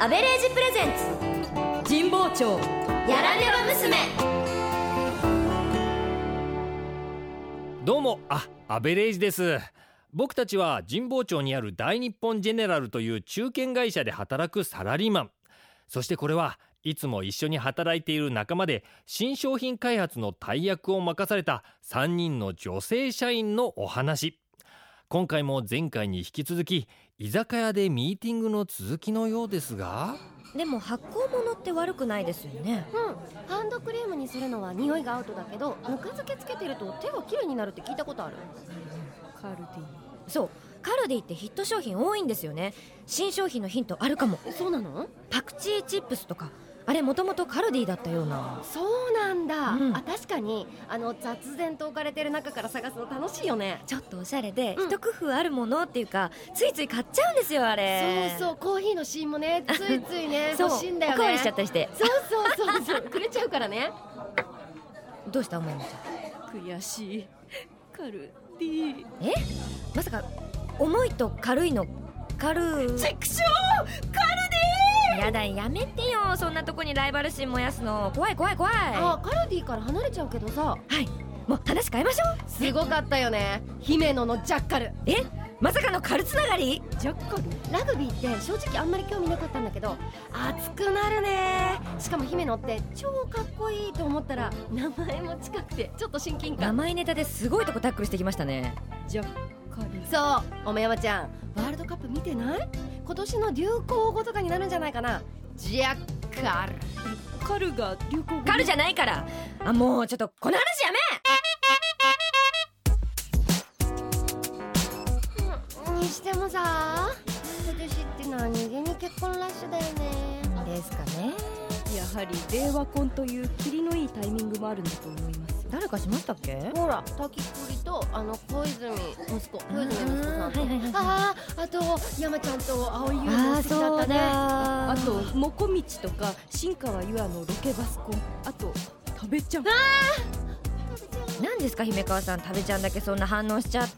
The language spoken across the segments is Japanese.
アベレージプレゼンツ神保町やらねば娘。 どうも、アベレージです。僕たちは神保町にある大日本ジェネラルという中堅会社で働くサラリーマン。そしてこれはいつも一緒に働いている仲間で新商品開発の大役を任された3人の女性社員のお話。今回も前回に引き続き居酒屋でミーティングの続きのようですが、 でも発酵物って悪くないですよね。 ハンドクリームにするのは匂いがアウトだけど、ぬか漬けつけてると手がきれいになるって聞いたことある。 カルディ。 そう、カルディってヒット商品多いんですよね。新商品のヒントあるかも。 そうなの？ パクチーチップスとか、あれもともとカルディだったような。 そうなんだ、確かに雑然と置かれてる中から探すの楽しいよね。 ちょっとおしゃれで、一工夫あるものっていうかついつい買っちゃうんですよ、あれ。 そうコーヒーのシーンもね、ついついね欲しいんだよね。 おかわりしちゃったりして。 そうくれちゃうからね。 どうしたお前もちゃん。悔しい。カルディ。 まさか重いと軽いのカル。 チェクショーカルディ。 やだ、やめてよ、そんなとこにライバル心燃やすの。怖い。 カルディから離れちゃうけどさ。 もう話変えましょう。 すごかったよね、姫野のジャッカル。 まさかのカルつながり。 ジャッカル？ラグビーって正直あんまり興味なかったんだけど、熱くなるね。しかも姫野って超かっこいいと思ったら名前も近くてちょっと親近感。 名前ネタですごいとこタックルしてきましたね。 ジャッカル。 そう、おめ山ちゃんワールドカップ見てない？今年の流行語とかになるんじゃないかな。ジャッカル。 カルが流行語？ カルじゃないから。もうちょっとこの話やめ。 にしてもさ、今年って何気に結婚ラッシュだよね。 ですかね。 やはり令和婚というキリのいいタイミングもあるんだと思います。 誰かしましたっけ？ ほら、滝栗と小泉息子さんと、あと山ちゃんと青い優も好きだったね。 あともこみちとか新川優愛のロケバス婚、あと食べちゃん。 何ですか姫川さん、食べちゃんだけそんな反応しちゃって。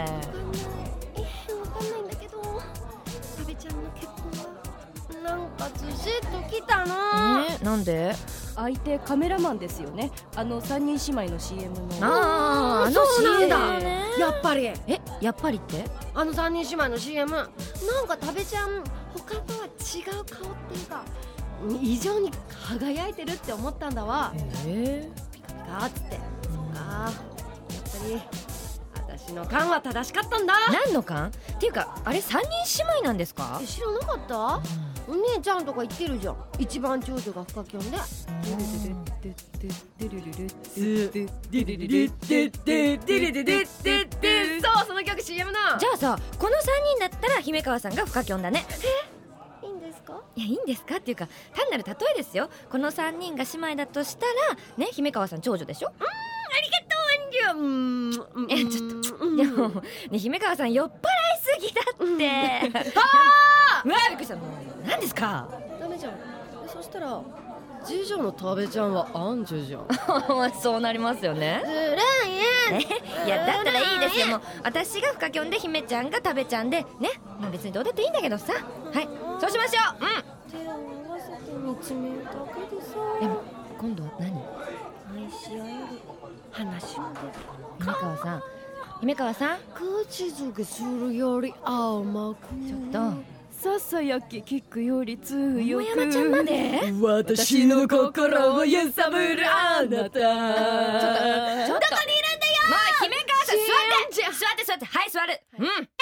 わかんないんだけど、食べちゃんの結婚がなんかずしっときたの。 なんで？ 相手カメラマンですよね。3人姉妹の CM の。 そうなんだ。やっぱり。 やっぱりって？ 3人姉妹の CM なんか食べちゃん他とは違う顔っていうか異常に輝いてるって思ったんだわ。ピカピカっつって。そうか、やっぱり私の勘は正しかったんだ。 何の勘？っていうかあれ3人姉妹なんですか？ 知らなかった？お姉ちゃんとか言ってるじゃん。一番長女が深きょんで、そう、その曲 CM の。 じゃあさ、この3人だったら姫川さんが深きょんだね。 いいんですか？ いや、いいんですかっていうか単なる例えですよ。この3人が姉妹だとしたらね、姫川さん長女でしょ。 ありがとうアンジュ。 ちょっとでもね、姫川さん酔っ払いすぎだってうわー、びっくりした。何ですか？ ダメじゃん。そしたら次女の食べちゃんはアンジュじゃん。 そうなりますよね。 ずるい。 いや、だったらいいですよ。もう私が深きょんで姫ちゃんが食べちゃんでね、もう別にどうだっていいんだけどさ。はい、そうしましょう。 手を合わせて見つめるだけでさ。 でも今度は何？ 愛し合える話もできる。 姫川さん口づけするより甘く。 ちょっとささやき聞くより強く。 大山ちゃんまで？ 私の心を揺さぶるあなた。ちょっとどこにいるんだよ。まあ姫川さん座って、はい座る。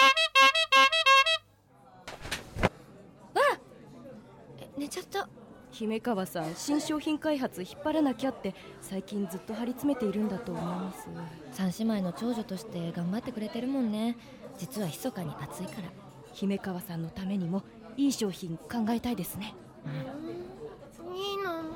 寝ちゃった。 姫川さん、新商品開発引っ張らなきゃって最近ずっと張り詰めているんだと思います。 3姉妹の長女として頑張ってくれてるもんね。実は密かに熱いから。 姫川さんのためにもいい商品考えたいですね。 いいの。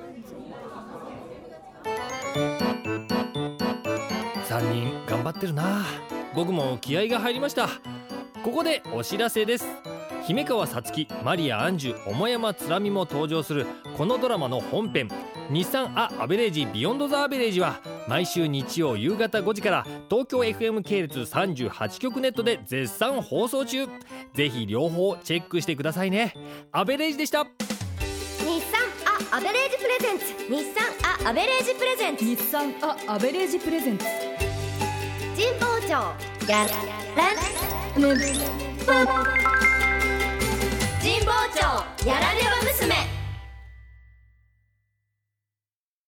3人頑張ってるな。僕も気合が入りました。ここでお知らせです。姫川さつき、マリア・アンジュ、桃山つらみも登場するこのドラマの本編日産アベレージビヨンドザアベレージは毎週日曜夕方5時から東京 FM 系列38局ネットで絶賛放送中。 ぜひ両方チェックしてくださいね。アベレージでした。 日産アベレージプレゼンツ、日産アベレージプレゼンツ、 日産アベレージプレゼンツ、 神保町やられ神保町やられば娘。